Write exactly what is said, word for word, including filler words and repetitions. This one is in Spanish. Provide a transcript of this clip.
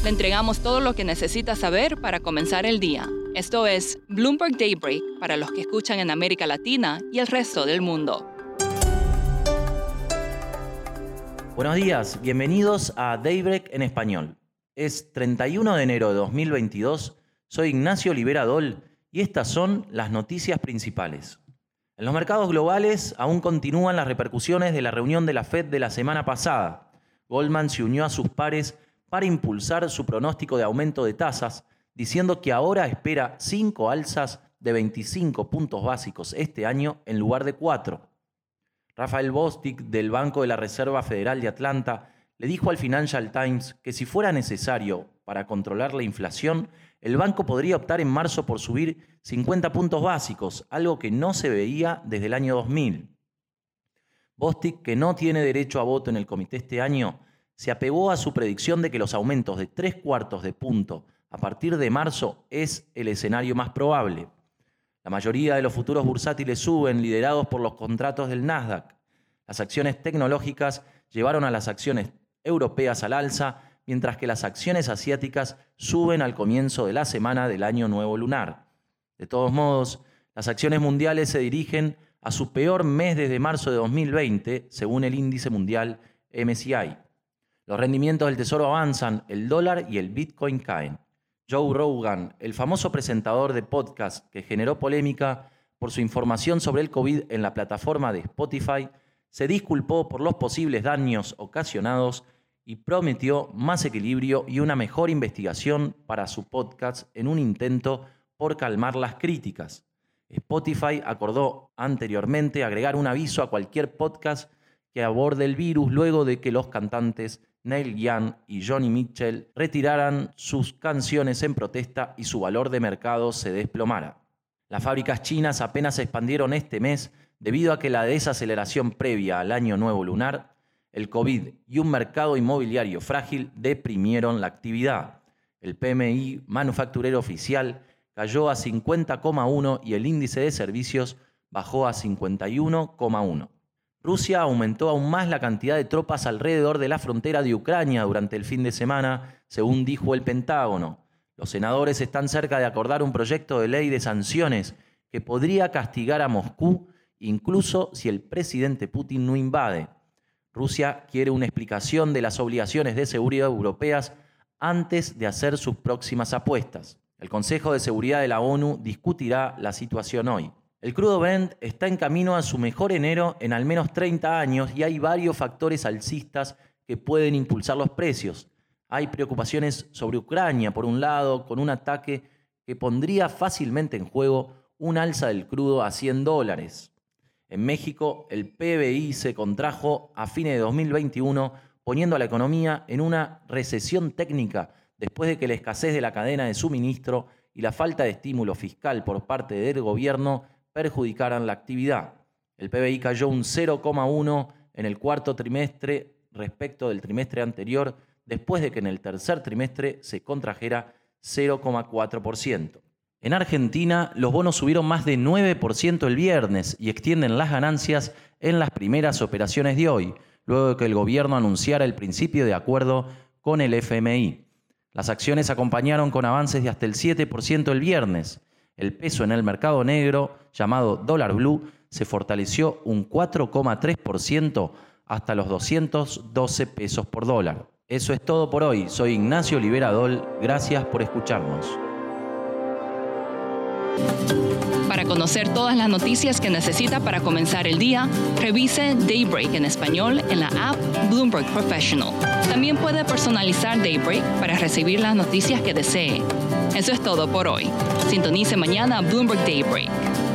Le entregamos todo lo que necesita saber para comenzar el día. Esto es Bloomberg Daybreak para los que escuchan en América Latina y el resto del mundo. Buenos días, bienvenidos a Daybreak en español. Es treinta y uno de enero de dos mil veintidós, soy Ignacio Olivera Dol y estas son las noticias principales. En los mercados globales aún continúan las repercusiones de la reunión de la Fed de la semana pasada. Goldman se unió a sus pares para impulsar su pronóstico de aumento de tasas, diciendo que ahora espera cinco alzas de veinticinco puntos básicos este año en lugar de cuatro. Rafael Bostic, del Banco de la Reserva Federal de Atlanta, le dijo al Financial Times que si fuera necesario para controlar la inflación, el banco podría optar en marzo por subir cincuenta puntos básicos, algo que no se veía desde el año dos mil. Bostic, que no tiene derecho a voto en el comité este año, se apegó a su predicción de que los aumentos de tres cuartos de punto a partir de marzo es el escenario más probable. La mayoría de los futuros bursátiles suben, liderados por los contratos del Nasdaq. Las acciones tecnológicas llevaron a las acciones europeas al alza, mientras que las acciones asiáticas suben al comienzo de la semana del año nuevo lunar. De todos modos, las acciones mundiales se dirigen a su peor mes desde marzo de dos mil veinte, según el índice mundial M S C I. Los rendimientos del tesoro avanzan, el dólar y el Bitcoin caen. Joe Rogan, el famoso presentador de podcast que generó polémica por su información sobre el COVID en la plataforma de Spotify, se disculpó por los posibles daños ocasionados y prometió más equilibrio y una mejor investigación para su podcast en un intento por calmar las críticas. Spotify acordó anteriormente agregar un aviso a cualquier podcast que aborde el virus luego de que los cantantes Neil Young y Johnny Mitchell retiraran sus canciones en protesta y su valor de mercado se desplomara. Las fábricas chinas apenas se expandieron este mes debido a que la desaceleración previa al año nuevo lunar, el COVID y un mercado inmobiliario frágil deprimieron la actividad. El P M I manufacturero oficial cayó a cincuenta coma uno y el índice de servicios bajó a cincuenta y uno coma uno. Rusia aumentó aún más la cantidad de tropas alrededor de la frontera de Ucrania durante el fin de semana, según dijo el Pentágono. Los senadores están cerca de acordar un proyecto de ley de sanciones que podría castigar a Moscú incluso si el presidente Putin no invade. Rusia quiere una explicación de las obligaciones de seguridad europeas antes de hacer sus próximas apuestas. El Consejo de Seguridad de la ONU discutirá la situación hoy. El crudo Brent está en camino a su mejor enero en al menos treinta años y hay varios factores alcistas que pueden impulsar los precios. Hay preocupaciones sobre Ucrania, por un lado, con un ataque que pondría fácilmente en juego un alza del crudo a cien dólares. En México, el P M I se contrajo a fines de dos mil veintiuno, poniendo a la economía en una recesión técnica después de que la escasez de la cadena de suministro y la falta de estímulo fiscal por parte del gobierno perjudicaran la actividad. El P M I cayó un cero coma uno en el cuarto trimestre respecto del trimestre anterior, después de que en el tercer trimestre se contrajera cero coma cuatro por ciento. En Argentina, los bonos subieron más de nueve por ciento el viernes y extienden las ganancias en las primeras operaciones de hoy, luego de que el gobierno anunciara el principio de acuerdo con el F M I. Las acciones acompañaron con avances de hasta el siete por ciento el viernes. El peso en el mercado negro, llamado dólar blue, se fortaleció un cuatro coma tres por ciento hasta los doscientos doce pesos por dólar. Eso es todo por hoy. Soy Ignacio Olivera Dol. Gracias por escucharnos. Para conocer todas las noticias que necesita para comenzar el día, revise Daybreak en español en la app Bloomberg Professional. También puede personalizar Daybreak para recibir las noticias que desee. Eso es todo por hoy. Sintonice mañana Bloomberg Daybreak.